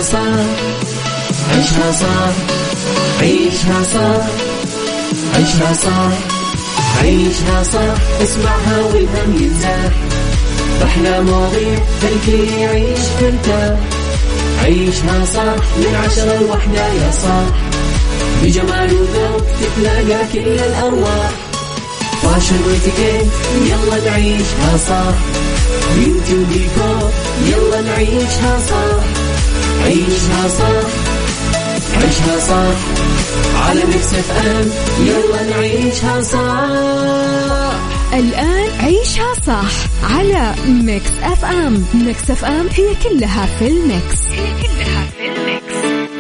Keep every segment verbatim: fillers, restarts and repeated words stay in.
صح عيشها صح عيشها صح عيشها صح عيشها صح اسمعها والهم ينزاح أحلى مواضيع خلي يعيش مرتاح عيشها صح من عشرة لوحدة يا صاح بجمال وذوق تتلاقى كل الأرواح فاشل واتيكيت يلا نعيشها صح بيوتي وديكور يلا نعيشها صح عيشها صح عيشها صح على ميكس اف ام يلا نعيشها صح. الآن عيشها صح على ميكس اف ام. ميكس اف ام هي كلها في الميكس هي كلها في الميكس.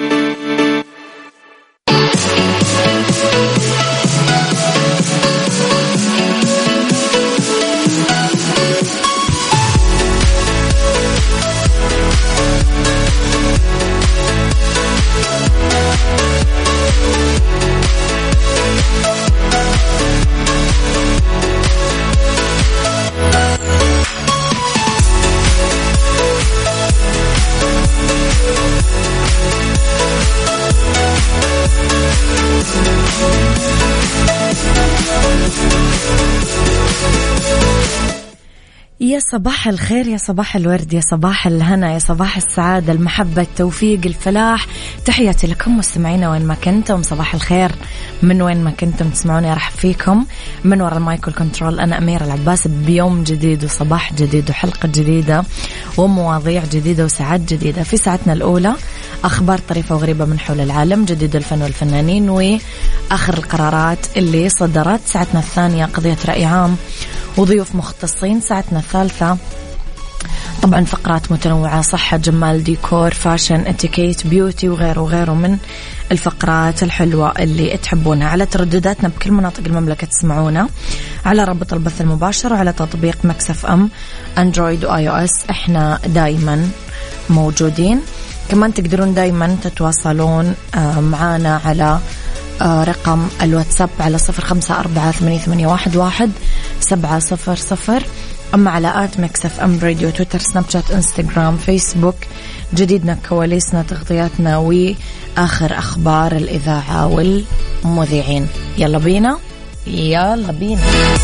يا صباح الخير، يا صباح الورد، يا صباح الهنا، يا صباح السعادة، المحبة، التوفيق، الفلاح. تحياتي لكم مستمعينا وين ما كنتم. صباح الخير من وين ما كنتم تسمعوني. أرحب فيكم من وراء المايكل كنترول. أنا أميرة العباس بيوم جديد وصباح جديد وحلقة جديدة ومواضيع جديدة وساعات جديدة. في ساعتنا الأولى أخبار طريفة وغريبة من حول العالم، جديد الفن والفنانين وآخر القرارات اللي صدرت. ساعتنا الثانية قضية رأي عام وضيوف مختصين. ساعتنا الثالثة طبعا فقرات متنوعة، صحة، جمال، ديكور، فاشن، اتيكيت، بيوتي وغيره وغيره من الفقرات الحلوة اللي تحبونها. على تردداتنا بكل مناطق المملكة تسمعونا على رابط البث المباشر وعلى تطبيق ميكس اف ام اندرويد واي او اس. احنا دايما موجودين. كمان تقدرون دايما تتواصلون معنا على رقم الواتساب على صفر خمسة أربعة ثمانية ثمانية واحد واحد سبعة صفر صفر. أما على آت ميكس اف ام راديو، تويتر، سناب شات، انستغرام، فيسبوك. جديدنا، كواليسنا، تغطياتنا وآخر أخبار الإذاعة والمذيعين. يلا بينا يلا بينا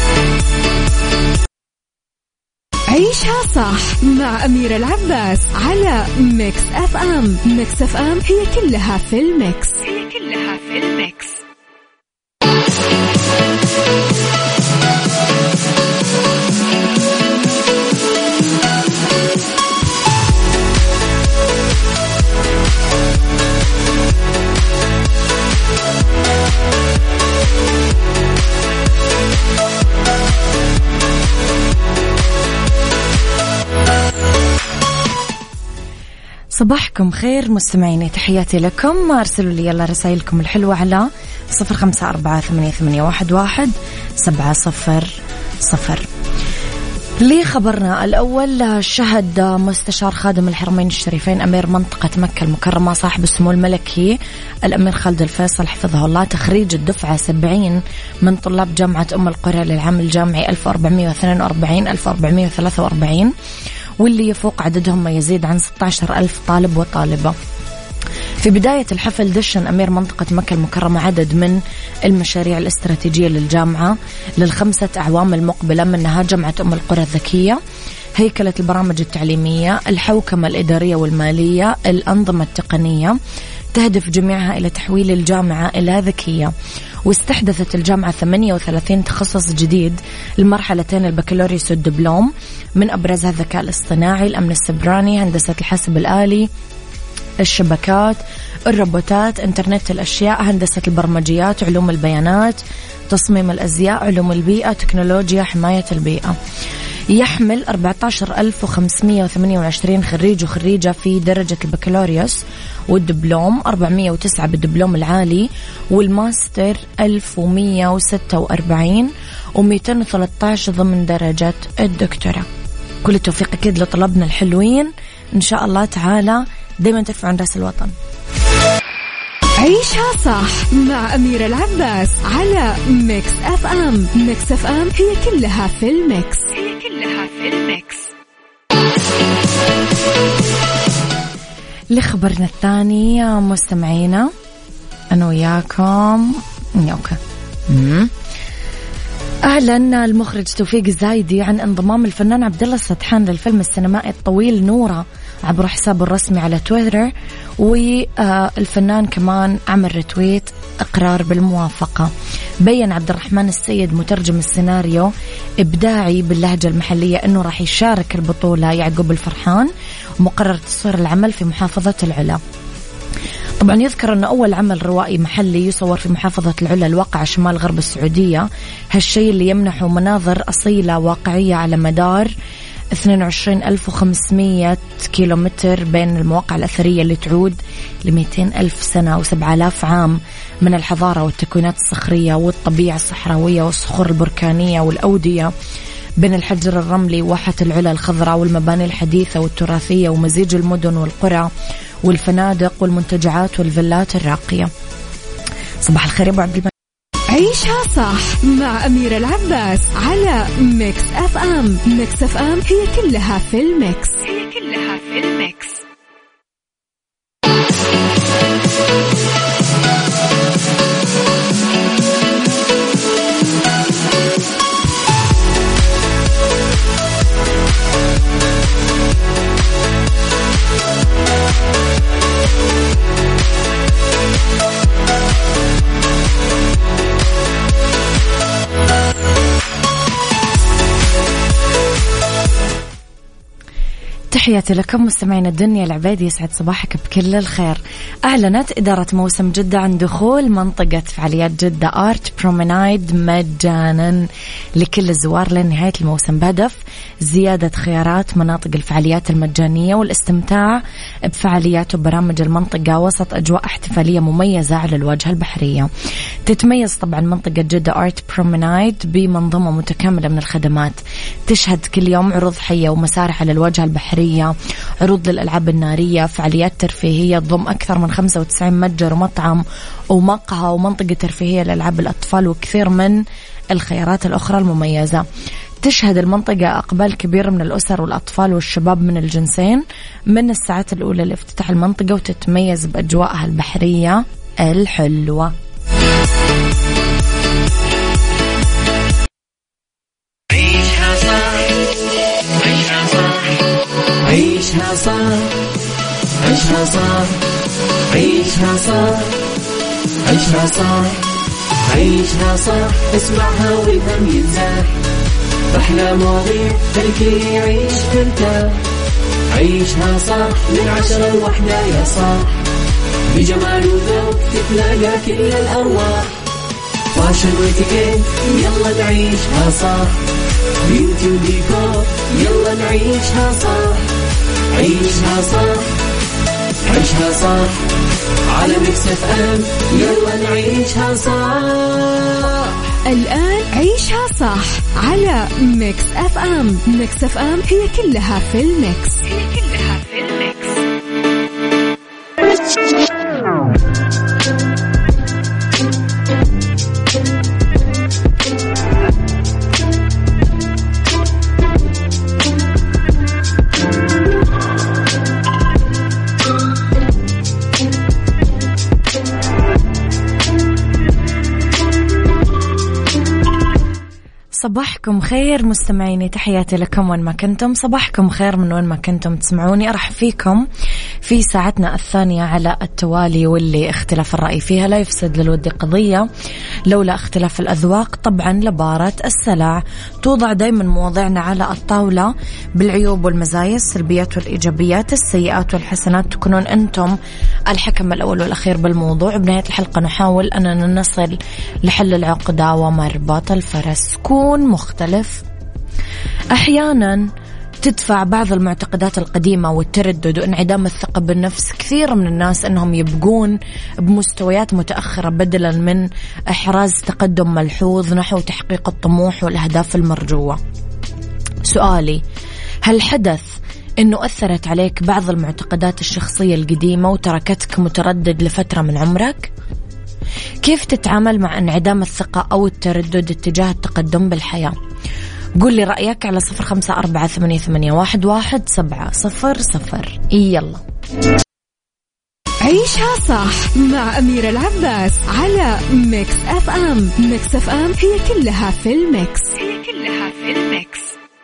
عيشها صح مع أميرة العباس على ميكس اف ام. ميكس اف ام هي كلها في الميكس هي كلها في الميكس. صباحكم خير مستمعيني، تحياتي لكم. ارسلوا لي يلا رسائلكم الحلوة على صفر خمسة أربعة ثمانية ثمانية واحد واحد سبعة صفر صفر. لي خبرنا الأول، شهد مستشار خادم الحرمين الشريفين أمير منطقة مكة المكرمة صاحب السمو الملكي الأمير خالد الفيصل حفظه الله تخريج الدفعة سبعين من طلاب جامعة أم القرى للعام الجامعي ألف وأربعمائة واثنين وأربعين ألف وأربعمائة وثلاثة وأربعين، واللي يفوق عددهم ما يزيد عن ستة عشر ألف طالب وطالبة. في بداية الحفل دشن أمير منطقة مكة المكرمة عدد من المشاريع الاستراتيجية للجامعة للخمسة أعوام المقبلة، منها جامعة أم القرى الذكية، هيكلة البرامج التعليمية، الحوكمة الإدارية والمالية، الأنظمة التقنية، تهدف جميعها إلى تحويل الجامعة إلى ذكية. واستحدثت الجامعة ثمانية وثلاثين تخصص جديد لمرحلتين البكالوريوس والدبلوم، من أبرزها الذكاء الاصطناعي، الأمن السبراني، هندسة الحاسب الآلي، الشبكات، الروبوتات، إنترنت الأشياء، هندسة البرمجيات، علوم البيانات، تصميم الأزياء، علوم البيئة، تكنولوجيا حماية البيئة. يحمل أربعة عشر ألف وخمسمائة وثمانية وعشرين خريج وخريجة في درجة البكالوريوس والدبلوم، أربعمائة وتسعة بالدبلوم العالي، والماستر ألف ومائة وستة وأربعين، ومئتين وثلاثة عشر ضمن درجة الدكتوراه. كل التوفيق أكيد لطلبنا الحلوين، إن شاء الله تعالى دايما ترفعون رأس الوطن. عيشها صح مع أميرة العباس على ميكس اف ام. ميكس اف ام هي كلها في الميكس هي كلها في الميكس. لخبرنا الثاني مستمعينا أنا وياكم. أوكي. أعلن المخرج توفيق الزايدي عن انضمام الفنان عبد الله السدحان للفيلم السينمائي الطويل نورة عبر حسابه الرسمي على تويتر، والفنان كمان عمل رتويت إقرار بالموافقة. بيّن عبد الرحمن السيد مترجم السيناريو إبداعي باللهجة المحلية أنه راح يشارك البطولة يعقوب الفرحان، ومقرر تصوير العمل في محافظة العلا. طبعا يذكر أنه أول عمل روائي محلي يصور في محافظة العلا الواقع شمال غرب السعودية، هالشيء اللي يمنحه مناظر أصيلة واقعية على مدار اثنين وعشرين ألف وخمسمية كيلومتر بين المواقع الأثرية اللي تعود لمئتين ألف سنة وسبعة آلاف عام من الحضارة والتكوينات الصخرية والطبيعة الصحراوية والصخور البركانية والأودية، بين الحجر الرملي وواحة العلا الخضراء والمباني الحديثة والتراثية ومزيج المدن والقرى والفنادق والمنتجعات والفيلات الراقية. صباح الخير يا أبو عبد المجيد. عيشها صح مع أميرة العباس على ميكس أف أم. ميكس أف أم هي كلها في الميكس، هي كلها في الميكس. تحياتي لكم مستمعين الدنيا العبادي، يسعد صباحك بكل الخير. أعلنت إدارة موسم جدة عن دخول منطقة فعاليات جدة آرت برومينايد مجانا لكل الزوار لنهاية الموسم، بهدف زيادة خيارات مناطق الفعاليات المجانية والاستمتاع بفعاليات وبرامج المنطقة وسط أجواء احتفالية مميزة على الواجهة البحرية. تتميز طبعا منطقة جدة آرت برومينايد بمنظومة متكاملة من الخدمات، تشهد كل يوم عروض حية ومسارح على الواجهة البحرية، عروض للألعاب النارية، فعاليات ترفيهية تضم أكثر من خمسة وتسعين متجر ومطعم ومقهى ومنطقة ترفيهية لألعاب الأطفال وكثير من الخيارات الأخرى المميزة. تشهد المنطقة أقبال كبير من الأسر والأطفال والشباب من الجنسين من الساعات الأولى لافتتاح المنطقة، وتتميز بأجواءها البحرية الحلوة. عيشها صح عيشها صح عيشها صح عيشها صح عيشها صح عيشها صح عيشها صح اسمعها والهم ينزاح، أحلى مواضيع الكل يعيش ترتاح. عيشها صح من عشرة لوحدة يا صاح، بجمال وذوق تتلاقى كل الأرواح، فاشل واتيكيت يلا نعيشها صح، بيوتي وديكور يلا نعيشها صح. عيشها صح عيشها صح على ميكس اف ام يلا نعيشها صح. الآن عيشها صح على ميكس أف أم. ميكس أف أم هي كلها في الميكس، هي كلها في الميكس. صباحكم خير مستمعيني، تحياتي لكم وين ما كنتم. صباحكم خير من وين ما كنتم تسمعوني. أرحب فيكم في ساعتنا الثانية على التوالي، واللي اختلاف الرأي فيها لا يفسد للود قضية، لولا اختلاف الأذواق طبعا لبارة السلع. توضع دايما مواضيعنا على الطاولة بالعيوب والمزايا، السلبيات والإيجابيات، السيئات والحسنات، تكونون أنتم الحكم الأول والأخير بالموضوع. بنهاية الحلقة نحاول أننا نصل لحل العقدة ومربط الفرس. كون مختلف. أحيانا تدفع بعض المعتقدات القديمة والتردد وانعدام الثقة بالنفس كثير من الناس أنهم يبقون بمستويات متأخرة بدلا من إحراز تقدم ملحوظ نحو تحقيق الطموح والأهداف المرجوة. سؤالي، هل حدث أنه أثرت عليك بعض المعتقدات الشخصية القديمة وتركتك متردد لفترة من عمرك؟ كيف تتعامل مع انعدام الثقة أو التردد اتجاه التقدم بالحياة؟ قول لي رأيك على صفر خمسة أربعة ثمانية ثمانية واحد واحد سبعة صفر صفر. يلا عيشها صح مع أميرة العباس على ميكس أف أم. ميكس أف أم هي كلها في الميكس، هي كلها في الميكس.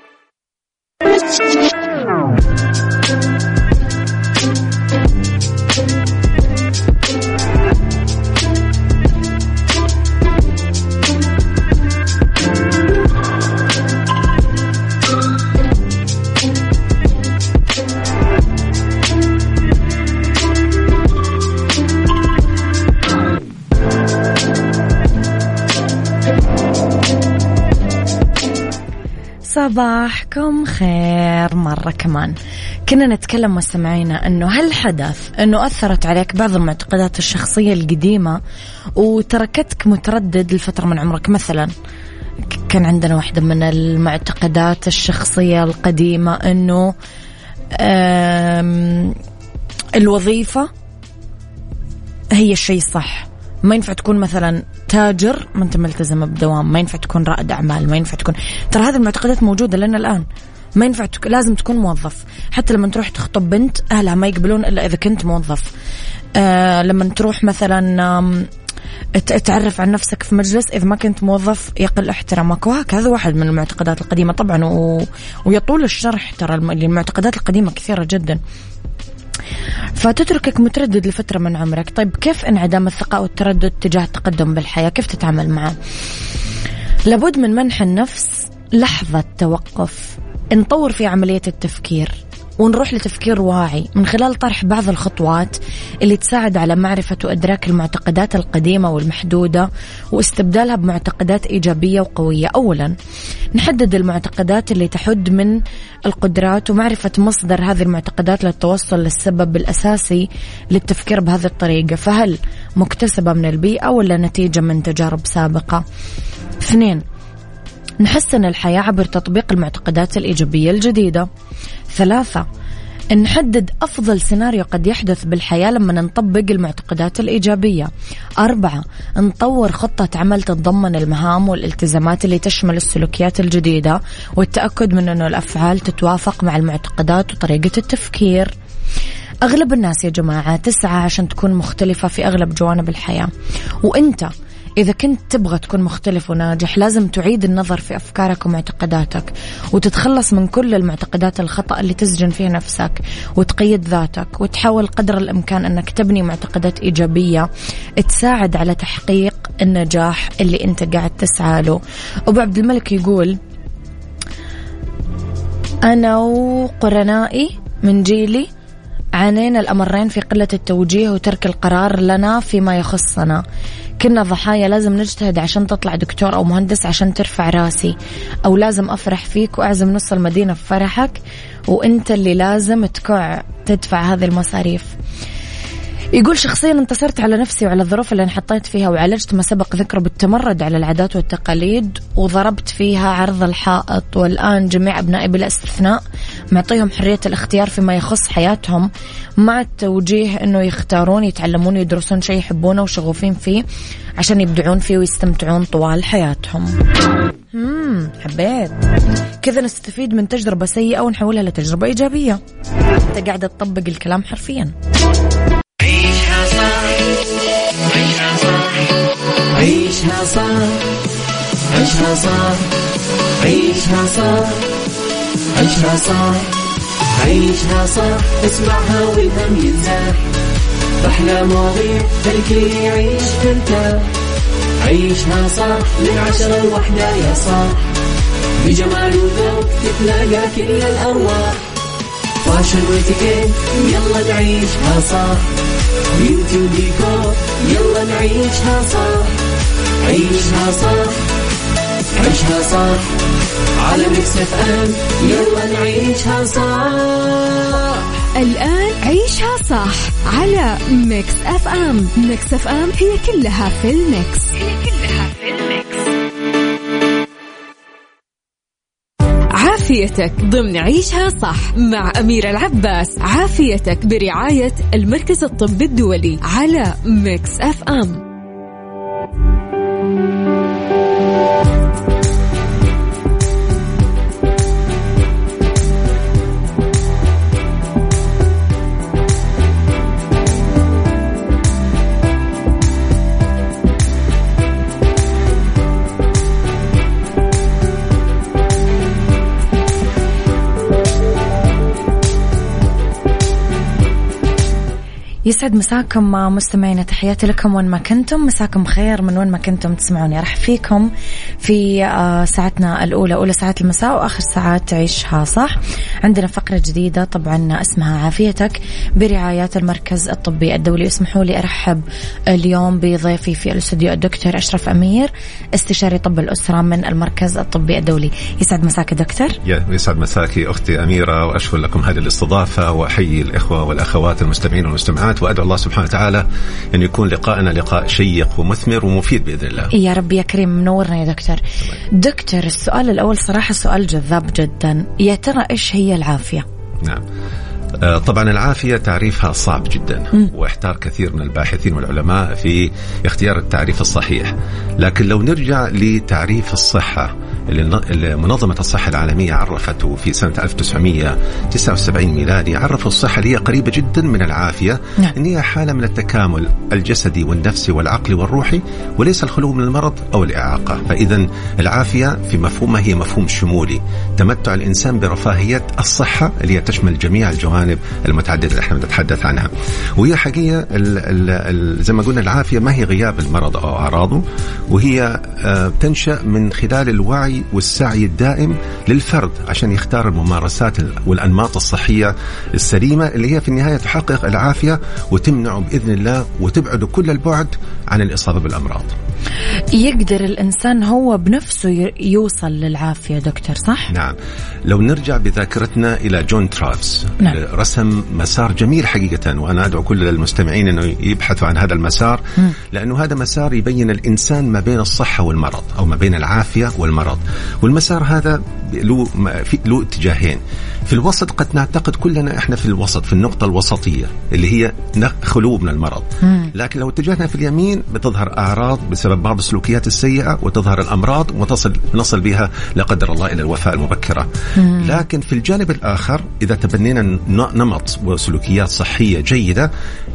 صباحكم خير مرة كمان. كنا نتكلم مستمعينا أنه هل حدث أنه أثرت عليك بعض المعتقدات الشخصية القديمة وتركتك متردد لفترة من عمرك؟ مثلا كان عندنا واحدة من المعتقدات الشخصية القديمة أنه الوظيفة هي الشيء الصح، ما ينفع تكون مثلا تاجر ما انت ملتزم بدوام، ما ينفع تكون رائد أعمال، ما ينفع تكون، ترى هذه المعتقدات موجودة لنا الآن. ما ينفع تك... لازم تكون موظف. حتى لما تروح تخطب بنت أهلها ما يقبلون إلا إذا كنت موظف. آه لما تروح مثلا تعرف عن نفسك في مجلس، إذا ما كنت موظف يقل احترامك. وهكذا واحد من المعتقدات القديمة طبعا، و... ويطول الشرح. ترى المعتقدات القديمة كثيرة جدا، فتتركك متردد لفترة من عمرك. طيب كيف انعدام الثقة والتردد تجاه التقدم بالحياة؟ كيف تتعامل معه؟ لابد من منح النفس لحظة توقف، نطور في عملية التفكير ونروح لتفكير واعي من خلال طرح بعض الخطوات اللي تساعد على معرفة وإدراك المعتقدات القديمة والمحدودة واستبدالها بمعتقدات إيجابية وقوية. أولا نحدد المعتقدات اللي تحد من القدرات ومعرفة مصدر هذه المعتقدات للتوصل للسبب الأساسي للتفكير بهذه الطريقة، فهل مكتسبة من البيئة ولا نتيجة من تجارب سابقة؟ اثنين نحسن الحياة عبر تطبيق المعتقدات الإيجابية الجديدة. ثلاثة نحدد أفضل سيناريو قد يحدث بالحياة لما نطبق المعتقدات الإيجابية. أربعة نطور خطة عمل تتضمن المهام والالتزامات اللي تشمل السلوكيات الجديدة والتأكد من أن الأفعال تتوافق مع المعتقدات وطريقة التفكير. أغلب الناس يا جماعة تسعى عشان تكون مختلفة في أغلب جوانب الحياة، وإنت إذا كنت تبغى تكون مختلف وناجح لازم تعيد النظر في أفكارك ومعتقداتك وتتخلص من كل المعتقدات الخطأ اللي تسجن فيها نفسك وتقيد ذاتك، وتحاول قدر الإمكان أنك تبني معتقدات إيجابية تساعد على تحقيق النجاح اللي أنت قاعد تسعى له. أبو عبد الملك يقول أنا وقرنائي من جيلي عانينا الأمرين في قلة التوجيه وترك القرار لنا فيما يخصنا. كنا ضحايا، لازم نجتهد عشان تطلع دكتور أو مهندس عشان ترفع راسي، أو لازم أفرح فيك وأعزم نص المدينة في فرحك وإنت اللي لازم تكع تدفع هذه المصاريف. يقول شخصيا انتصرت على نفسي وعلى الظروف اللي انحطيت فيها وعالجت ما سبق ذكره بالتمرد على العادات والتقاليد وضربت فيها عرض الحائط، والآن جميع أبنائي بلا استثناء معطيهم حرية الاختيار فيما يخص حياتهم مع التوجيه أنه يختارون يتعلمون يدرسون شيء يحبونه وشغوفين فيه عشان يبدعون فيه ويستمتعون طوال حياتهم. مم حبيت كذا نستفيد من تجربة سيئة ونحولها لتجربة إيجابية. أنت قاعدة تطبق الكلام حرفيا. عيشها صح عيشها صح عيشها صح عيشها صح عيشها صح عيشها صح عيشها صح اسمعها والهم ينزاح أحلى مواضيع الكل يعيش ترتاح. عيشها صح من عشرة لوحدة يا صاح، بجمال وذوق تتلاقى كل الأرواح. فاشل واتيكيت يلا نعيشها صح، بيوتي وديكور يلا نعيشها صح. عيشها صح عيشها صح على ميكس اف ام يلا نعيشها صح. الآن عيشها صح على ميكس اف ام. ميكس اف ام هي كلها في الميكس، هي كلها في الميكس. عافيتك ضمن عيشها صح مع أميرة العباس. عافيتك برعاية المركز الطبي الدولي على ميكس اف ام. يسعد مساكم مستمعينا، تحياتي لكم وين ما كنتم، مساكم خير من وين ما كنتم تسمعوني. رح فيكم في ساعتنا الأولى، أولى ساعات المساء وآخر ساعات تعيشها صح. عندنا فقرة جديدة طبعا اسمها عافيتك برعايات المركز الطبي الدولي. اسمحوا لي أرحب اليوم بضيفي في الاستوديو الدكتور أشرف أمير، استشاري طب الأسرة من المركز الطبي الدولي. يسعد مساك دكتور. يسعد مساكي أختي أميرة، وأشكر لكم هذه الاستضافة، وأحيي الإخوة والأخوات المستمعين والمستمعات، وأدعو الله سبحانه وتعالى أن يكون لقاءنا لقاء شيق ومثمر ومفيد بإذن الله. يا رب يا كريم، منورنا يا دكتور. دكتور السؤال الأول صراحة سؤال جذاب جدا، يا ترى إيش هي العافية؟ نعم، طبعا العافية تعريفها صعب جدا، واحتار كثير من الباحثين والعلماء في اختيار التعريف الصحيح. لكن لو نرجع لتعريف الصحة اللي منظمة الصحة العالمية عرفته في سنة ألف وتسعمائة وتسعة وسبعين ميلادي، عرفوا الصحة اللي هي قريبة جدا من العافية، نعم. إن هي حالة من التكامل الجسدي والنفسي والعقلي والروحي، وليس الخلو من المرض أو الإعاقة. فإذا العافية في مفهومها هي مفهوم شمولي، تمتع الإنسان برفاهية الصحة اللي هي تشمل جميع الجوانب المتعددة اللي احنا بنتحدث عنها. وهي حقيقة ال ال ال زي ما قلنا العافية ما هي غياب المرض أو أعراضه، وهي آه تنشأ من خلال الوعي والسعي الدائم للفرد عشان يختار الممارسات والأنماط الصحية السليمة اللي هي في النهاية تحقق العافية وتمنعه بإذن الله وتبعده كل البعد عن الإصابة بالأمراض. يقدر الإنسان هو بنفسه يوصل للعافية دكتور صح؟ نعم، لو نرجع بذاكرتنا إلى جون ترافز، نعم. رسم مسار جميل حقيقة، وأنا أدعو كل المستمعين أنه يبحثوا عن هذا المسار، م. لأنه هذا مسار يبين الإنسان ما بين الصحة والمرض أو ما بين العافية والمرض. والمسار هذا له له اتجاهين. في الوسط قد نعتقد كلنا احنا في الوسط، في النقطة الوسطية اللي هي خلو من المرض، مم. لكن لو اتجهنا في اليمين بتظهر أعراض بسبب بعض السلوكيات السيئة، وتظهر الأمراض وتصل نصل بها لا قدر الله إلى الوفاة المبكرة. مم. لكن في الجانب الآخر إذا تبنينا نمط وسلوكيات صحية جيدة،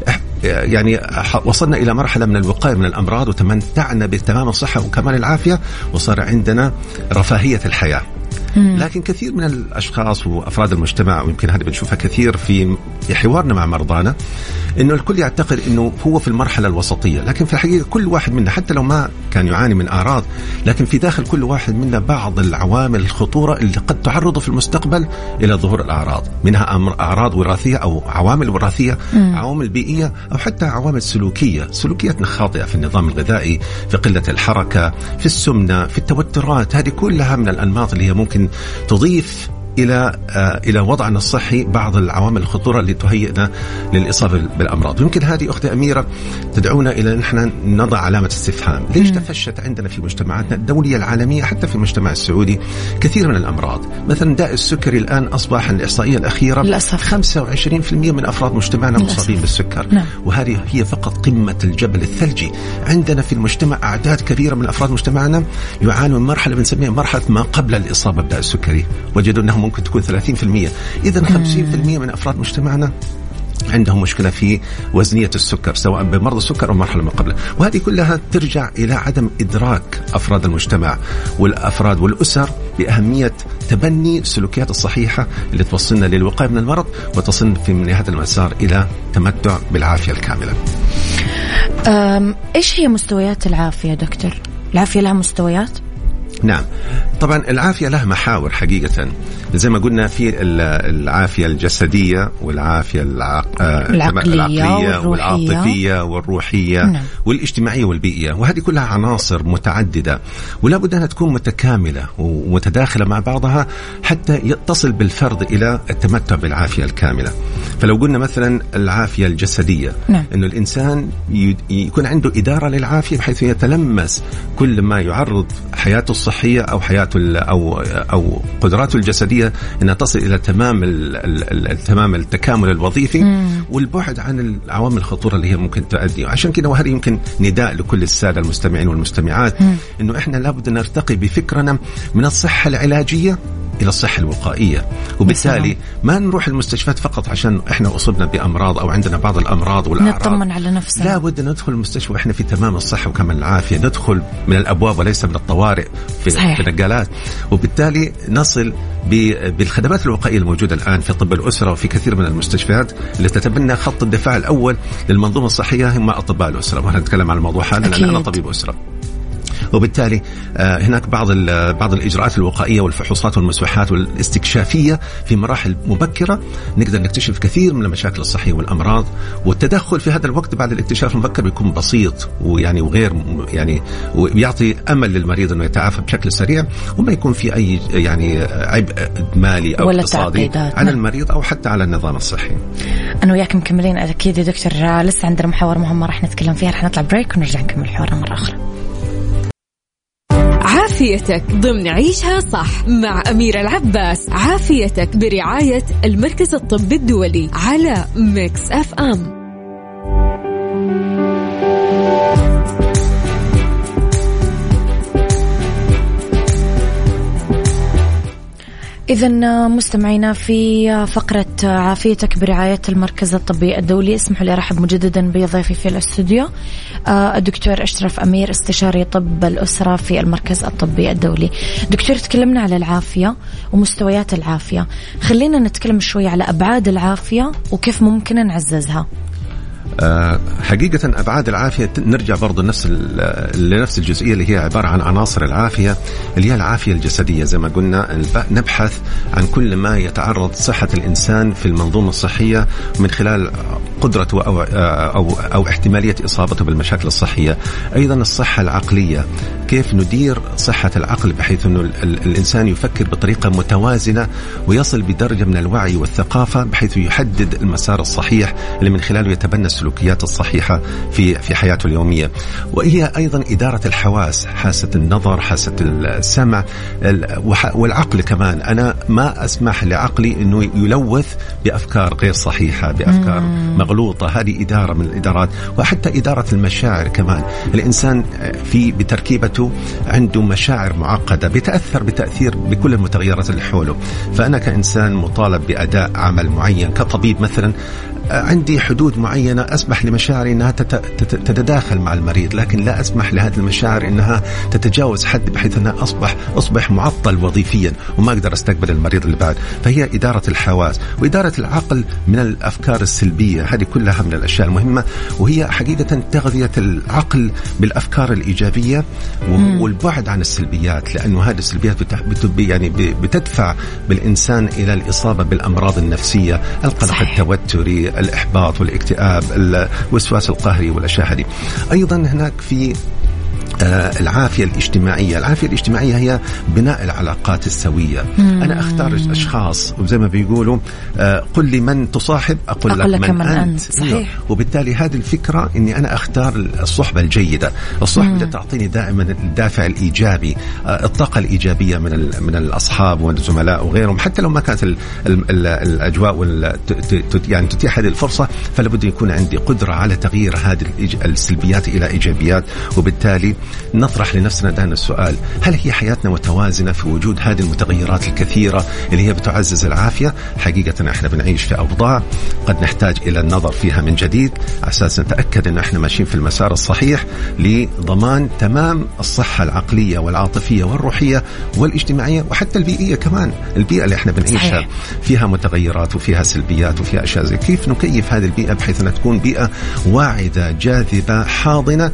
يعني وصلنا إلى مرحلة من الوقاية من الأمراض، وتمتعنا بتمام الصحة وكمال العافية، وصار عندنا رفاهية الحياة. لكن كثير من الأشخاص وأفراد المجتمع، ويمكن هذا بنشوفها كثير في حوارنا مع مرضانا، إنه الكل يعتقد إنه هو في المرحلة الوسطية، لكن في الحقيقة كل واحد منا حتى لو ما كان يعاني من أعراض، لكن في داخل كل واحد منا بعض العوامل الخطورة اللي قد تعرضه في المستقبل إلى ظهور الأعراض، منها أعراض وراثية أو عوامل وراثية، عوامل بيئية، أو حتى عوامل سلوكية، سلوكياتنا خاطئة في النظام الغذائي، في قلة الحركة، في السمنة، في التوترات. هذه كلها من الأنماط اللي هي ممكن تضيف إلى آه إلى وضعنا الصحي بعض العوامل الخطورة اللي تهيئنا للإصابة بالأمراض. يمكن هذه أختي أميرة تدعونا إلى أن نحن نضع علامة استفهام، ليش تفشت عندنا في مجتمعاتنا الدولية العالمية حتى في المجتمع السعودي كثير من الأمراض؟ مثلا داء السكري الآن أصبح الإحصائية الأخيرة للأسف خمسة وعشرين بالمئة من أفراد مجتمعنا مصابين بالسكر، نعم. وهذه هي فقط قمة الجبل الثلجي. عندنا في المجتمع أعداد كبيرة من أفراد مجتمعنا يعانوا من مرحلة بنسميها مرحلة ما قبل الإصابة بداء السكري، وجدوا أنهم ممكن تكون ثلاثين بالمئة. إذن خمسين بالمئة من أفراد مجتمعنا عندهم مشكلة في وزنية السكر، سواء بمرض السكر أو مرحلة ما قبله. وهذه كلها ترجع إلى عدم إدراك أفراد المجتمع والأفراد والأسر بأهمية تبني السلوكيات الصحيحة اللي توصلنا للوقاية من المرض، وتصلنا في نهاية المسار إلى تمتع بالعافية الكاملة. إيش هي مستويات العافية دكتور؟ العافية لها مستويات؟ نعم، طبعا العافية لها محاور حقيقة، زي ما قلنا في العافية الجسدية والعافية العق... العقلية, العقلية والعاطفية والروحية، نعم. والاجتماعية والبيئية، وهذه كلها عناصر متعددة ولا بد أنها تكون متكاملة ومتداخلة مع بعضها حتى تصل بالفرد إلى التمتع بالعافية الكاملة. فلو قلنا مثلا العافية الجسدية، نعم. أنه الإنسان يكون عنده إدارة للعافية بحيث يتلمس كل ما يعرض حياته الصحية أو حياته أو أو قدراته الجسدية أنها تصل إلى تمام التمام التكامل الوظيفي، مم. والبعد عن العوامل الخطورة اللي هي ممكن تؤدي. عشان كده وهذا يمكن نداء لكل السادة المستمعين والمستمعات، مم. إنه إحنا لابد نرتقي بفكرنا من الصحة العلاجية إلى الصحة الوقائية. وبالتالي ما نروح المستشفيات فقط عشان إحنا أصبنا بأمراض أو عندنا بعض الأمراض والأعراض، نطمن على نفسنا. لا بد ندخل المستشفى وإحنا في تمام الصحة وكمال العافية، ندخل من الأبواب وليس من الطوارئ في صحيح. في النقالات. وبالتالي نصل بالخدمات الوقائية الموجودة الآن في طب الأسرة وفي كثير من المستشفيات اللي تتبنى خط الدفاع الأول للمنظومة الصحية هم أطباء الأسرة، وأنا نتكلم عن الموضوع هذا لأن أنا طبيب أسرة. وبالتالي هناك بعض بعض الإجراءات الوقائية والفحوصات والمسوحات والاستكشافية في مراحل مبكرة نقدر نكتشف كثير من المشاكل الصحية والأمراض، والتدخل في هذا الوقت بعد الاكتشاف المبكر بيكون بسيط ويعني وغير يعني ويعطي أمل للمريض إنه يتعافى بشكل سريع وما يكون في أي يعني عبء مالي أو اقتصادي على المريض أو حتى على النظام الصحي. أنا وياك مكملين أكيد يا دكتور، لسه عندنا محاور مهمة راح نتكلم فيها، راح نطلع بريك ونرجع نكمل حوارنا مرة أخرى. عافيتك ضمن عيشها صح مع أميرة العباس. عافيتك برعاية المركز الطبي الدولي على ميكس أف أم. إذن مستمعينا في فقرة عافيتك برعاية المركز الطبي الدولي، اسمحوا لي أرحب مجددا بضيفي في الاستوديو الدكتور أشرف أمير، استشاري طب الأسرة في المركز الطبي الدولي. دكتور، تكلمنا على العافية ومستويات العافية، خلينا نتكلم شوي على أبعاد العافية وكيف ممكن نعززها. أه حقيقة أبعاد العافية نرجع برضو لنفس لنفس الجزئية اللي هي عبارة عن عناصر العافية اللي هي العافية الجسدية. زي ما قلنا نبحث عن كل ما يتعرض صحة الإنسان في المنظومة الصحية من خلال قدرته أو, أو, أو احتمالية إصابته بالمشاكل الصحية. أيضا الصحة العقلية، كيف ندير صحة العقل بحيث أنه الإنسان يفكر بطريقة متوازنة ويصل بدرجة من الوعي والثقافة بحيث يحدد المسار الصحيح اللي من خلاله يتبنى السلوكيات الصحيحة في في حياته اليومية. وهي أيضا إدارة الحواس، حاسة النظر، حاسة السمع، والعقل كمان. أنا ما أسمح لعقلي أنه يلوث بأفكار غير صحيحة، بأفكار مغلوطة. هذه إدارة من الإدارات. وحتى إدارة المشاعر كمان. الإنسان في بتركيبته عنده مشاعر معقدة بتأثر بتأثير بكل المتغيرات اللي حوله. فأنا كإنسان مطالب بأداء عمل معين كطبيب مثلا، عندي حدود معينة أسمح لمشاعري أنها تتداخل مع المريض، لكن لا أسمح لهذه المشاعر أنها تتجاوز حد بحيث أنها أصبح أصبح معطل وظيفيا وما أقدر أستقبل المريض اللي بعد. فهي إدارة الحواس وإدارة العقل من الأفكار السلبية. هذه كلها من الأشياء المهمة، وهي حقيقة تغذية العقل بالأفكار الإيجابية والبعد عن السلبيات، لأنه هذه السلبيات يعني بتدفع بالإنسان إلى الإصابة بالأمراض النفسية، القلق صحيح. التوتري، الإحباط والاكتئاب، الوسواس القهري والأشياء هذه. أيضا هناك في آه العافية الاجتماعية. العافية الاجتماعية هي بناء العلاقات السوية. مم. أنا أختار أشخاص، وزي ما بيقولوا آه قل لي من تصاحب أقول, أقول لك, لك من, من أنت, أنت. صحيح. وبالتالي هذه الفكرة أني أنا أختار الصحبة الجيدة. الصحبة اللي تعطيني دائما الدافع الإيجابي، آه الطاقة الإيجابية من من الأصحاب والزملاء وغيرهم، حتى لو ما كانت ال ال ال الأجواء يعني تتيح هذه الفرصة، فلابد يكون عندي قدرة على تغيير هذه السلبيات إلى إيجابيات. وبالتالي نطرح لنفسنا دائما السؤال: هل هي حياتنا متوازنة في وجود هذه المتغيرات الكثيرة اللي هي بتعزز العافية؟ حقيقة احنا بنعيش في أوضاع قد نحتاج إلى النظر فيها من جديد على أساس نتأكد أن احنا ماشيين في المسار الصحيح لضمان تمام الصحة العقلية والعاطفية والروحية والاجتماعية وحتى البيئية كمان. البيئة اللي احنا بنعيشها صحيح. فيها متغيرات وفيها سلبيات وفيها أشياء زي كيف نكيف هذه البيئة بحيث أنها تكون بيئة واعدة جاذبة حاضنة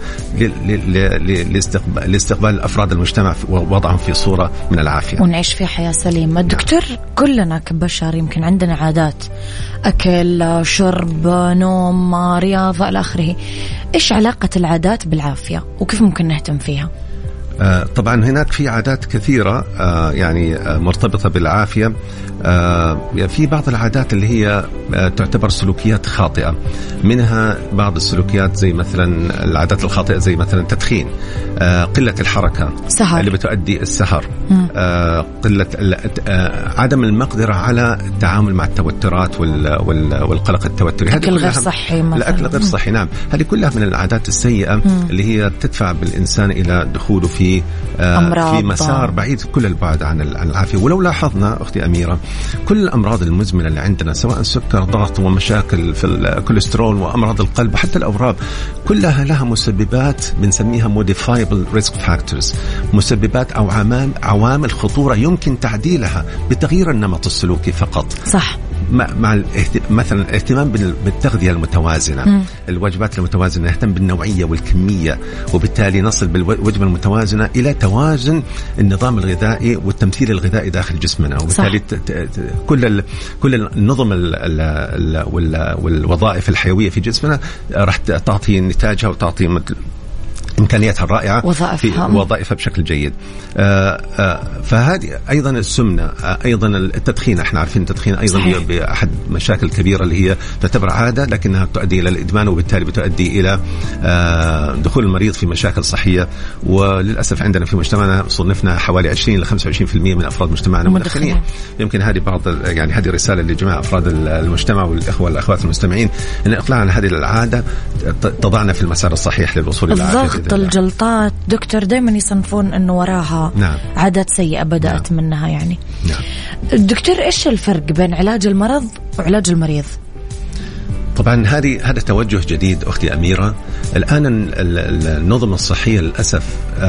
لاستقبال, لاستقبال الأفراد المجتمع ووضعهم في صورة من العافية ونعيش في حياة سليمة. دكتور، كلنا كبشر يمكن عندنا عادات، أكل، شرب، نوم، رياضة إلى آخره. إيش علاقة العادات بالعافية وكيف ممكن نهتم فيها؟ آه طبعا هناك في عادات كثيرة آه يعني آه مرتبطة بالعافية. آه في بعض العادات اللي هي آه تعتبر سلوكيات خاطئة، منها بعض السلوكيات زي مثلا العادات الخاطئة زي مثلا التدخين، آه قلة الحركة، سهر. اللي بتؤدي السهر، آه قلة آه عدم المقدرة على التعامل مع التوترات وال وال والقلق التوتري، الأكل غير صحي، الأكل غير صحي. نعم، هذه كلها من العادات السيئة مم. اللي هي تدفع بالإنسان إلى دخوله في في في مسار بعيد كل البعد عن العافية. ولو لاحظنا أختي أميرة كل الأمراض المزمنة اللي عندنا سواء سكر ضغط ومشاكل في الكوليسترول وأمراض القلب وحتى الأورام كلها لها مسببات بنسميها modifiable risk factors، مسببات أو عوامل خطورة يمكن تعديلها بتغيير النمط السلوكي فقط. صح. مع مثلا الاهتمام بالتغذية المتوازنة، م. الوجبات المتوازنة، نهتم بالنوعية والكمية، وبالتالي نصل بالوجبة المتوازنة إلى توازن النظام الغذائي والتمثيل الغذائي داخل جسمنا، وبالتالي ت ت كل ال كل النظم ال ال وال والوظائف الحيوية في جسمنا راح تعطي نتاجها وتعطي إمكانياتها الرائعة وظائفها في وظائفها بشكل جيد. آآ آآ فهذه أيضا السمنة، أيضا التدخين، احنا عارفين التدخين أيضا صحيح. هي بأحد مشاكل كبيرة اللي هي تعتبر عادة لكنها تؤدي إلى الإدمان، وبالتالي بتؤدي إلى دخول المريض في مشاكل صحية. وللأسف عندنا في مجتمعنا صنفنا حوالي عشرين إلى خمسة وعشرين بالمئة من أفراد مجتمعنا مدخنين. يمكن هذه بعض يعني هذه رسالة لجميع أفراد المجتمع والإخوة والأخوات المستمعين أن إقلاع عن هذه العادة تضعنا في المسار الصحيح للوصول إلى العافية. الجلطات دكتور دائما يصنفون انه وراها نعم. عادات سيئة بدأت نعم. منها يعني نعم. دكتور ايش الفرق بين علاج المرض وعلاج المريض؟ طبعا هذه هذا توجه جديد أختي أميرة. الآن النظم الصحية للأسف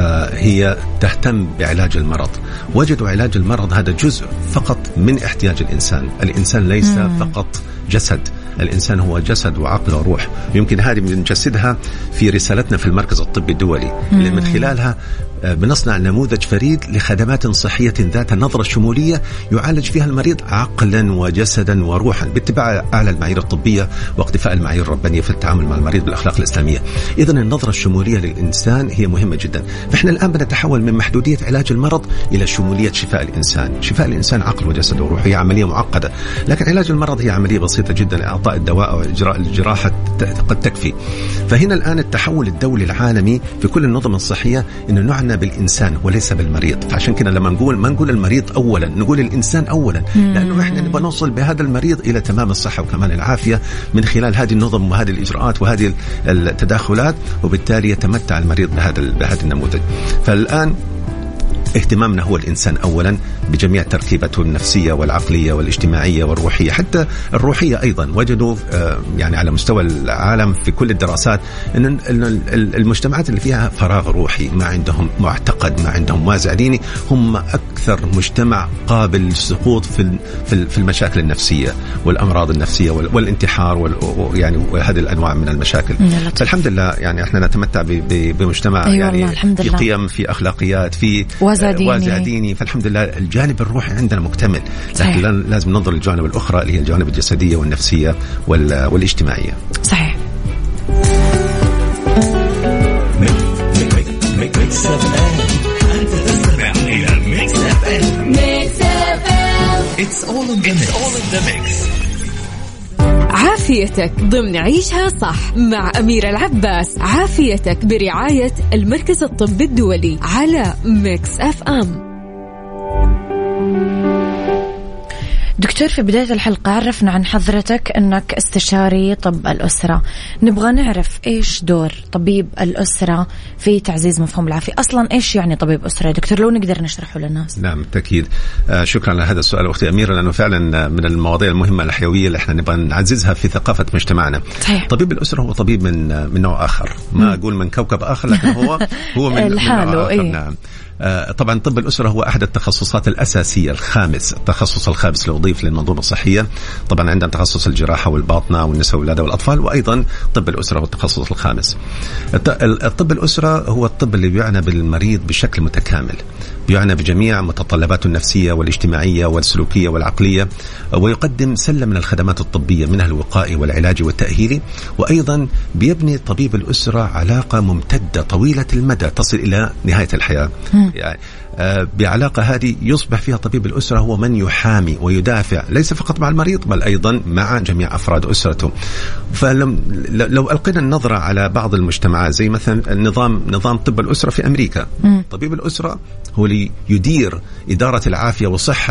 هي تهتم بعلاج المرض. وجدوا علاج المرض هذا جزء فقط من احتياج الإنسان. الإنسان ليس مم. فقط جسد، الإنسان هو جسد وعقل وروح. يمكن هذه بنجسدها في رسالتنا في المركز الطبي الدولي اللي من خلالها بنصنع نموذج فريد لخدمات صحية ذات نظرة شمولية يعالج فيها المريض عقلا وجسدا وروحا باتباع أعلى المعايير الطبية واقتفاء المعايير الربانية في التعامل مع المريض بالأخلاق الإسلامية. إذن النظرة الشمولية للإنسان هي مهمة جدا. فإحنا الآن بنتحول من محدودية علاج المرض إلى شمولية شفاء الإنسان. شفاء الإنسان عقل وجسد وروح هي عملية معقدة، لكن علاج المرض هي عملية بسيطة جدا، إعطاء الدواء أو إجراء الجراحة قد تكفي. فهنا الآن التحول الدولي العالمي في كل النظم الصحية إنه نعنى بالإنسان وليس بالمريض. فعشان كده لما نقول ما نقول المريض أولا، نقول الإنسان أولا، لأنه إحنا نبغى نوصل بهذا المريض إلى تمام الصحة وكمال العافية من خلال هذه النظم وهذه الإجراءات وهذه التداخلات، وبالتالي يتمتع المريض بهذا بهذا النموذج. فالآن اهتمامنا هو الإنسان أولا بجميع تركيبته النفسية والعقلية والاجتماعية والروحية، حتى الروحية أيضا. وجدوا يعني على مستوى العالم في كل الدراسات أن المجتمعات اللي فيها فراغ روحي، ما عندهم معتقد، ما عندهم وازع ديني، هم أكثر مجتمع قابل للسقوط في في المشاكل النفسية والأمراض النفسية والانتحار يعني وهذه الأنواع من المشاكل. فالحمد لله يعني احنا نتمتع بمجتمع أيوة يعني في قيم، في أخلاقيات، في وازع ديني. ديني. فالحمد لله الجانب الروحي عندنا مكتمل، لكن لازم ننظر للجوانب الأخرى اللي هي الجوانب الجسدية والنفسية والاجتماعية. صحيح. عافيتك ضمن عيشها صح مع أميرة العباس. عافيتك برعاية المركز الطبي الدولي على ميكس أف أم. دكتور في بداية الحلقة عرفنا عن حضرتك أنك استشاري طب الأسرة. نبغى نعرف إيش دور طبيب الأسرة في تعزيز مفهوم العافية. أصلا إيش يعني طبيب أسرة دكتور لو نقدر نشرحه للناس؟ نعم بالتأكيد. آه شكرا على هذا السؤال أختي أميرة، لأنه فعلا من المواضيع المهمة الحيوية اللي احنا نبغى نعززها في ثقافة مجتمعنا. صحيح. طبيب الأسرة هو طبيب من من نوع آخر، ما م. أقول من كوكب آخر، لكن هو هو من, من نوع آخر. إيه؟ نعم. طبعا طب الأسرة هو أحد التخصصات الأساسية، الخامس، التخصص الخامس اللي أضيف للمنظومة الصحية. طبعا عندنا تخصص الجراحة والباطنة والنساء والولادة والأطفال، وأيضا طب الأسرة هو التخصص الخامس. الطب الأسرة هو الطب اللي بيعنى بالمريض بشكل متكامل، بيعنى بجميع متطلباته النفسية والاجتماعية والسلوكية والعقلية، ويقدم سلة من الخدمات الطبية منها الوقائي والعلاجي والتأهيلي. وأيضا بيبني طبيب الأسرة علاقة ممتدة طويلة المدى تصل إلى نهاية الحياة. يعني بعلاقة هذه يصبح فيها طبيب الأسرة هو من يحامي ويدافع ليس فقط مع المريض بل أيضا مع جميع أفراد أسرته. فلو ألقينا النظرة على بعض المجتمعات زي مثلا النظام نظام طب الأسرة في أمريكا، م. طبيب الأسرة هو اللي يدير إدارة العافية وصحة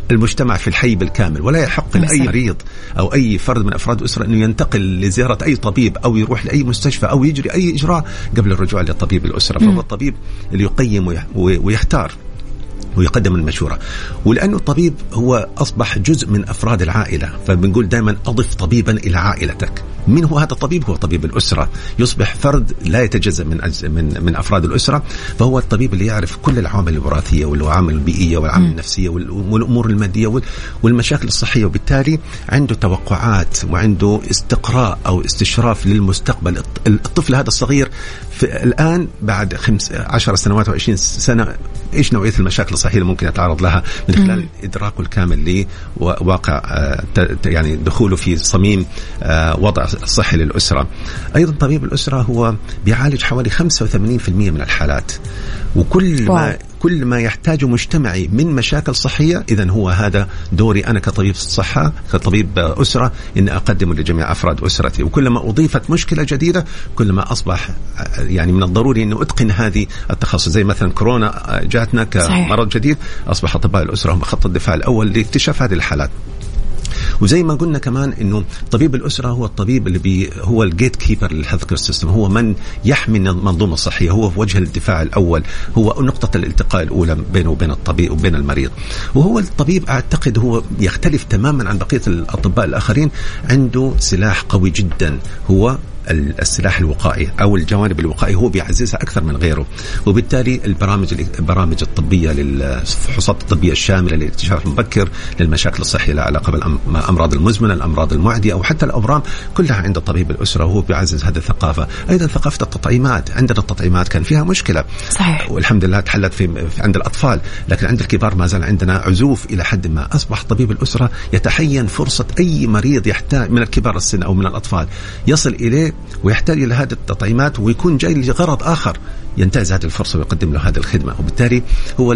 المجتمع في الحي بالكامل، ولا يحق لأي مريض أو أي فرد من أفراد الأسرة أنه ينتقل لزيارة أي طبيب أو يروح لأي مستشفى أو يجري أي إجراء قبل الرجوع لطبيب الأسرة. فهو الطبيب اللي يقيم ويختار ويقدم المشورة. ولأنه الطبيب هو أصبح جزء من أفراد العائلة، فبنقول دائما أضف طبيبا إلى عائلتك. من هو هذا الطبيب؟ هو طبيب الأسرة، يصبح فرد لا يتجزأ من من من أفراد الأسرة. فهو الطبيب اللي يعرف كل العوامل الوراثية والعوامل البيئية والعوامل النفسية والأمور المادية والمشاكل الصحية، وبالتالي عنده توقعات وعنده استقراء أو استشراف للمستقبل. الطفل هذا الصغير في الآن بعد خمس عشر سنوات وعشرين سنة إيش نوعية المشاكل الصحية اللي ممكن يتعرض لها من خلال إدراكه الكامل لواقع يعني دخوله في صميم وضع صحي للأسرة. أيضا طبيب الأسرة هو بيعالج حوالي خمسة وثمانين بالمئة من الحالات، وكل ما كل ما يحتاجه مجتمعي من مشاكل صحية، إذن هو هذا دوري أنا كطبيب صحة كطبيب أسرة إن أقدمه لجميع أفراد أسرتي. وكلما أضيفت مشكلة جديدة كلما أصبح يعني من الضروري أن أتقن هذه التخصص. زي مثلا كورونا جاتنا كمرض جديد، أصبح أطباء الأسرة هم خط الدفاع الأول لاكتشاف هذه الحالات. وزي ما قلنا كمان إنه طبيب الأسرة هو الطبيب اللي بي هو الجيت كيبر للهيلث كير سيستم، هو من يحمي المنظومة الصحية، هو في وجه الدفاع الأول، هو نقطة الالتقاء الأولى بينه وبين الطبيب وبين المريض. وهو الطبيب أعتقد هو يختلف تماما عن بقية الأطباء الآخرين، عنده سلاح قوي جدا، هو السلاح الوقائي أو الجوانب الوقائية، هو بيعززها أكثر من غيره. وبالتالي البرامج البرامج الطبية للفحوصات الطبية الشاملة للاكتشاف المبكر للمشاكل الصحية لها علاقة بالأمراض المزمنة، الأمراض المعدية أو حتى الأورام، كلها عند طبيب الأسرة، وهو بيعزز هذه الثقافة. أيضا ثقافة التطعيمات، عندنا التطعيمات كان فيها مشكلة صحيح، والحمد لله تحلت في عند الأطفال، لكن عند الكبار ما زال عندنا عزوف إلى حد ما. أصبح طبيب الأسرة يتحين فرصة أي مريض يحتاج من الكبار السن أو من الأطفال يصل إليه ويحتاج إلى هذه التطعيمات ويكون جاي لغرض آخر، ينتهز هذه الفرصة ويقدم له هذه الخدمة. وبالتالي هو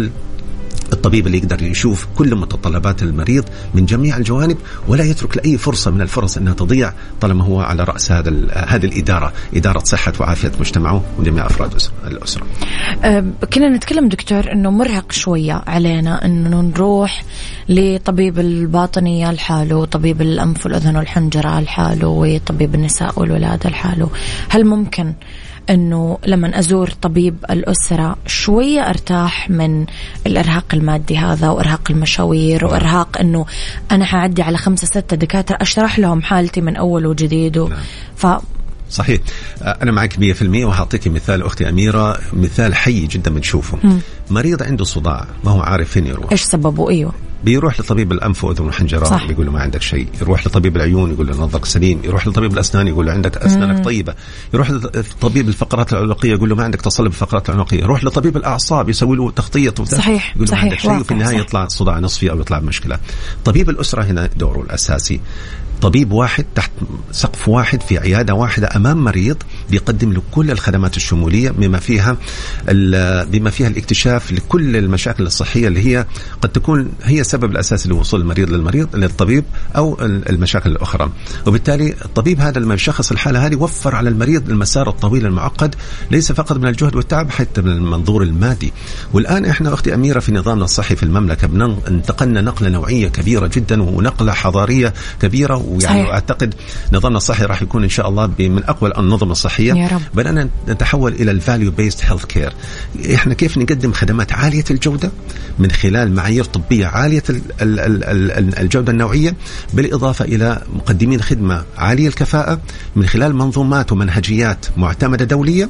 الطبيب اللي يقدر يشوف كل متطلبات المريض من جميع الجوانب، ولا يترك لأي فرصة من الفرص أنها تضيع طالما هو على رأس هذا هذه الإدارة، إدارة صحة وعافية مجتمعه وجميع أفراد الأسرة. أه كنا نتكلم دكتور أنه مرهق شوية علينا أنه نروح لطبيب الباطنية لحاله، طبيب الأنف والأذن والحنجرة لحاله، وطبيب النساء والولادة لحاله. هل ممكن أنه لما أزور طبيب الأسرة شوية أرتاح من الإرهاق المادي هذا وإرهاق المشاوير وإرهاق أنه أنا حعدي على خمسة ستة دكاترة أشرح لهم حالتي من أول وجديد و... ف... صحيح، أنا معك مية في المية. وهعطيك مثال أختي أميرة، مثال حي جدا بنشوفه. م. مريض عنده صداع ما هو عارف فين يروح، إيش سببه؟ أيوه، بيروح لطبيب الأنف وأذن وحنجرة يقول له ما عندك شيء، يروح لطبيب العيون يقول له نظرك سليم، يروح لطبيب الأسنان يقول له عندك أسنانك طيبة، يروح لطبيب الفقرات العنقية يقول له ما عندك تصلب الفقرات العنقية، يروح لطبيب الأعصاب يسوي له تخطيط صحيح يقول له صحيح. ما عندك شيء، وفي النهاية يطلع صداع نصفي أو يطلع مشكلة. طبيب الأسرة هنا دوره الأساسي طبيب واحد تحت سقف واحد في عيادة واحدة أمام مريض، بيقدم له كل الخدمات الشمولية بما فيها بما فيها الاكتشاف لكل المشاكل الصحية اللي هي قد تكون هي السبب الأساسي لوصول المريض للمريض للطبيب أو المشاكل الأخرى. وبالتالي الطبيب هذا لما يشخص الحالة هذه وفر على المريض المسار الطويل المعقد، ليس فقط من الجهد والتعب حتى من المنظور المادي. والآن إحنا أختي أميرة في نظامنا الصحي في المملكة انتقلنا نقلة نوعية كبيرة جدا ونقلة حضارية كبيرة، ويعني صحيح. أعتقد نظامنا الصحي راح يكون إن شاء الله من أقوى الأنظمة الصحية. بدأنا نتحول إلى الفاليو بيست هيلث كير. إحنا كيف نقدم خدمات عالية الجودة من خلال معايير طبية عالية الجودة النوعية، بالإضافة إلى مقدمين خدمة عالية الكفاءة من خلال منظومات ومنهجيات معتمدة دولية،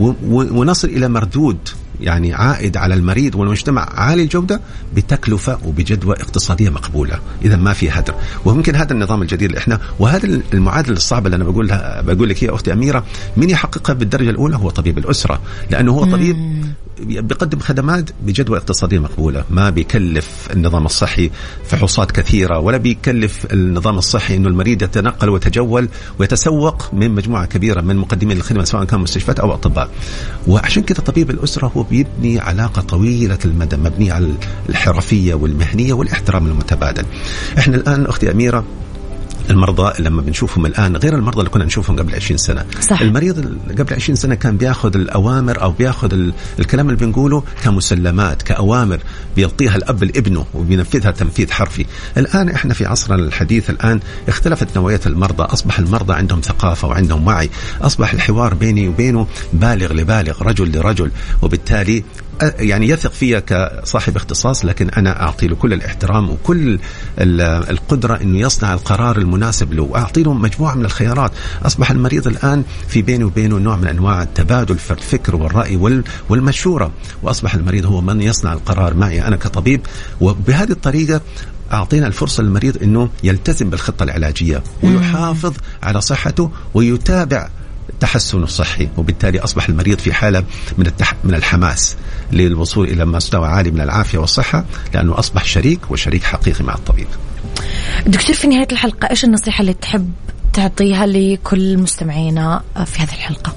ونصل إلى مردود يعني عائد على المريض والمجتمع عالي الجودة بتكلفة وبجدوى اقتصادية مقبولة. إذا ما في هدر، وممكن هذا النظام الجديد اللي إحنا وهذا المعادلة الصعبة اللي أنا بقولها بقول لك هي أختي أميرة، من يحققها بالدرجة الأولى هو طبيب الأسرة، لأنه هو طبيب بيقدم خدمات بجدوى اقتصادية مقبولة، ما بيكلف النظام الصحي فحوصات كثيرة، ولا بيكلف النظام الصحي إنه المريض يتنقل ويتجول ويتسوق من مجموعة كبيرة من مقدمين الخدمة سواء كان مستشفيات أو أطباء. وعشان كده طبيب الأسرة هو بيبني علاقة طويلة المدى مبنية على الحرفية والمهنية والاحترام المتبادل. احنا الآن أختي أميرة المرضى لما بنشوفهم الآن غير المرضى اللي كنا نشوفهم قبل عشرين سنة. صح. المريض قبل عشرين سنة كان بياخذ الأوامر أو بياخذ الكلام اللي بنقوله كمسلمات كأوامر بيلقيها الأب لابنه وبينفذها تنفيذ حرفي. الآن إحنا في عصرنا الحديث الآن اختلفت نوعية المرضى، أصبح المرضى عندهم ثقافة وعندهم وعي، أصبح الحوار بيني وبينه بالغ لبالغ رجل لرجل، وبالتالي يعني يثق فيا كصاحب اختصاص، لكن أنا أعطي له كل الاحترام وكل القدرة إنه يصنع القرار المناسب له، وأعطي له مجموعة من الخيارات. أصبح المريض الآن في بيني وبينه نوع من أنواع التبادل في الفكر والرأي والمشورة، وأصبح المريض هو من يصنع القرار معي أنا كطبيب. وبهذه الطريقة أعطينا الفرصة للمريض إنه يلتزم بالخطة العلاجية ويحافظ على صحته ويتابع تحسن الصحي، وبالتالي أصبح المريض في حالة من التح... من الحماس للوصول إلى مستوى عالي من العافية والصحة، لأنه أصبح شريك وشريك حقيقي مع الطبيب. دكتور، في نهاية الحلقة إيش النصيحة اللي تحب تعطيها لكل مستمعينا في هذه الحلقة؟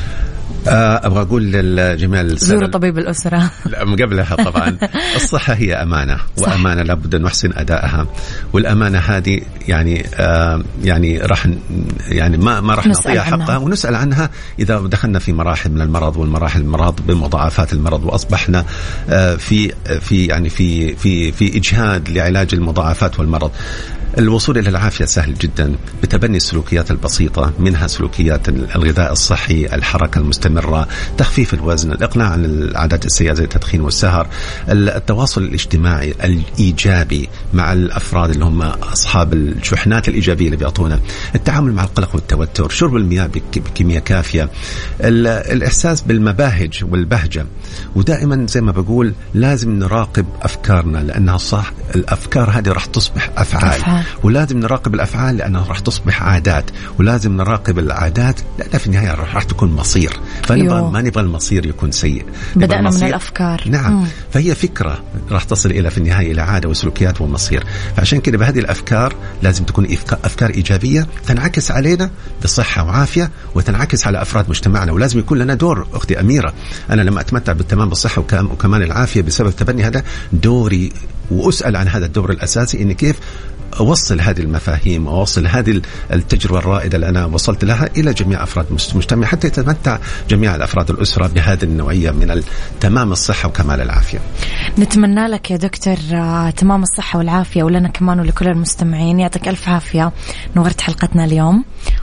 أبغى أقول للجميع زوروا طبيب الأسرة. لا قبلها طبعا الصحة هي أمانة، وأمانة لابد أن نحسن أدائها، والأمانة هذه يعني آه يعني راح يعني ما ما راح نعطيها حقها ونسأل عنها إذا دخلنا في مراحل من المرض، والمراحل المرض بمضاعفات المرض، وأصبحنا آه في في يعني في في في إجهاد لعلاج المضاعفات والمرض. الوصول إلى العافية سهل جدا بتبني السلوكيات البسيطة، منها سلوكيات الغذاء الصحي، الحركة المستمرة، تخفيف الوزن، الإقلاع عن العادات السيئة زي التدخين والسهر، التواصل الاجتماعي الإيجابي مع الأفراد اللي هم أصحاب الشحنات الإيجابية اللي بيعطونا، التعامل مع القلق والتوتر، شرب المياه بكمية كافية، الإحساس بالمباهج والبهجة. ودائما زي ما بقول لازم نراقب أفكارنا، لأنها صح الأفكار هذه راح تصبح أفعال, أفعال. ولازم نراقب الأفعال لأنها راح تصبح عادات، ولازم نراقب العادات لأنها في النهاية راح تكون مصير. فنبغى ما نبغى المصير يكون سيء، بدأنا من الأفكار. نعم. مم. فهي فكرة راح تصل إلى في النهاية إلى عادة وسلوكيات ومصير. فعشان كده بهذه الأفكار لازم تكون أفكار إيجابية تنعكس علينا بصحة وعافية، وتنعكس على أفراد مجتمعنا. ولازم يكون لنا دور. أختي أميرة، أنا لما أتمتع بالتمام بالصحة وكمان العافية بسبب تبني هذا دوري، وأسأل عن هذا الدور الأساسي، إن كيف أوصل هذه المفاهيم وأوصل هذه التجربة الرائدة اللي أنا وصلت لها إلى جميع أفراد المجتمع، حتى يتمتع جميع الأفراد الأسرة بهذه النوعية من تمام الصحة وكمال العافية. نتمنى لك يا دكتور تمام الصحة والعافية، ولنا كمان ولكل المستمعين. يعطيك ألف عافية، نورت حلقتنا اليوم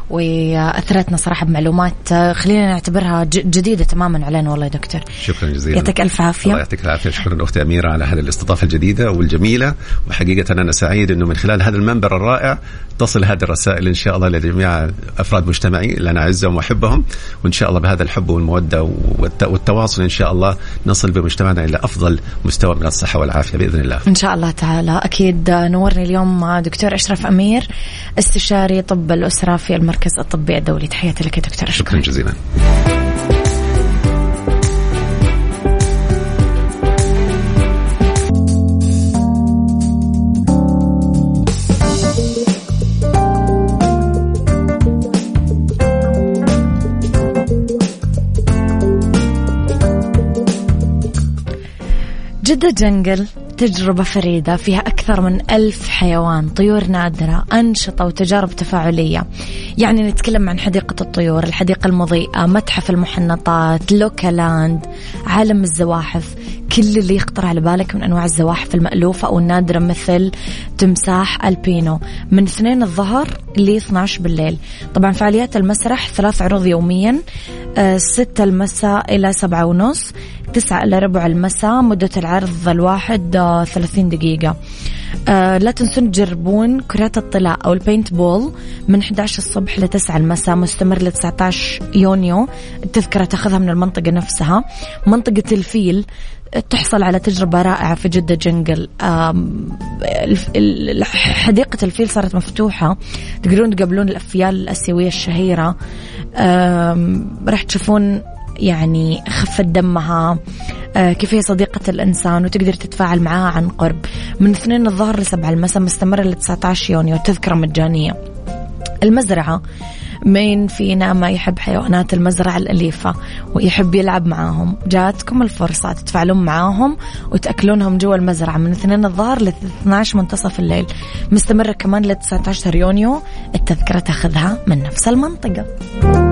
وأثرتنا صراحة بمعلومات خلينا نعتبرها جديدة تماما علينا. والله يا دكتور شكرا جزيلا، يعطيك ألف عافية. الله يعطيك العافية. شكرا أختي أميرة على هذه الاستضافة الجديدة والجميلة، وحقيقة أنا سعيد أنه من خلال هذا المنبر الرائع تصل هذه الرسائل إن شاء الله لجميع أفراد مجتمعي اللي أنا أعزهم وأحبهم، وإن شاء الله بهذا الحب والمودة والتواصل إن شاء الله نصل بمجتمعنا إلى أفضل مستوى من الصحة والعافية بإذن الله إن شاء الله تعالى. أكيد نورني اليوم دكتور أشرف أمير، استشاري طب الأسرة في المركز الطبي الدولي. تحياتي لك يا دكتور. شكرا جزيلا. جدة جنجل تجربة فريدة فيها أكثر من ألف حيوان، طيور نادرة، أنشطة وتجارب تفاعلية. يعني نتكلم عن حديقة الطيور، الحديقة المضيئة، متحف المحنطات، لوكالاند، عالم الزواحف، كل اللي يخطر على بالك من أنواع الزواحف المألوفة أو النادرة، مثل تمساح ألبينو، من اثنين الظهر ل اثني عشر بالليل. طبعا فعاليات المسرح ثلاث عروض يوميا، ستة المساء إلى سبعة ونص، تسعة إلى ربع المساء. مدة العرض الواحد ثلاثين دقيقة. آه لا تنسون تجربون كرات الطلاء أو البينت بول من أحد عشر الصبح لتسعة المساء، مستمر ل تسعة عشر يونيو. التذكرة تأخذها من المنطقة نفسها. منطقة الفيل تحصل على تجربة رائعة في جدة جنجل. حديقة الفيل صارت مفتوحة، تقدرون تقابلون الأفيال الآسيوية الشهيرة. راح تشوفون يعني خفة دمها، كيف هي صديقة الإنسان، وتقدر تتفاعل معها عن قرب. من اثنين الظهر لسبعة المساء، مستمرة ل تسعة عشر يونيو. تذكرة مجانية. المزرعة مين فينا ما يحب حيوانات المزرعة الأليفة ويحب يلعب معاهم؟ جاتكم الفرصة تتفاعلون معاهم وتأكلونهم جوا المزرعة من اثنين الظهر ل اثني عشر منتصف الليل، مستمرة كمان ل تسعة عشر يونيو. التذكرة تاخذها من نفس المنطقة.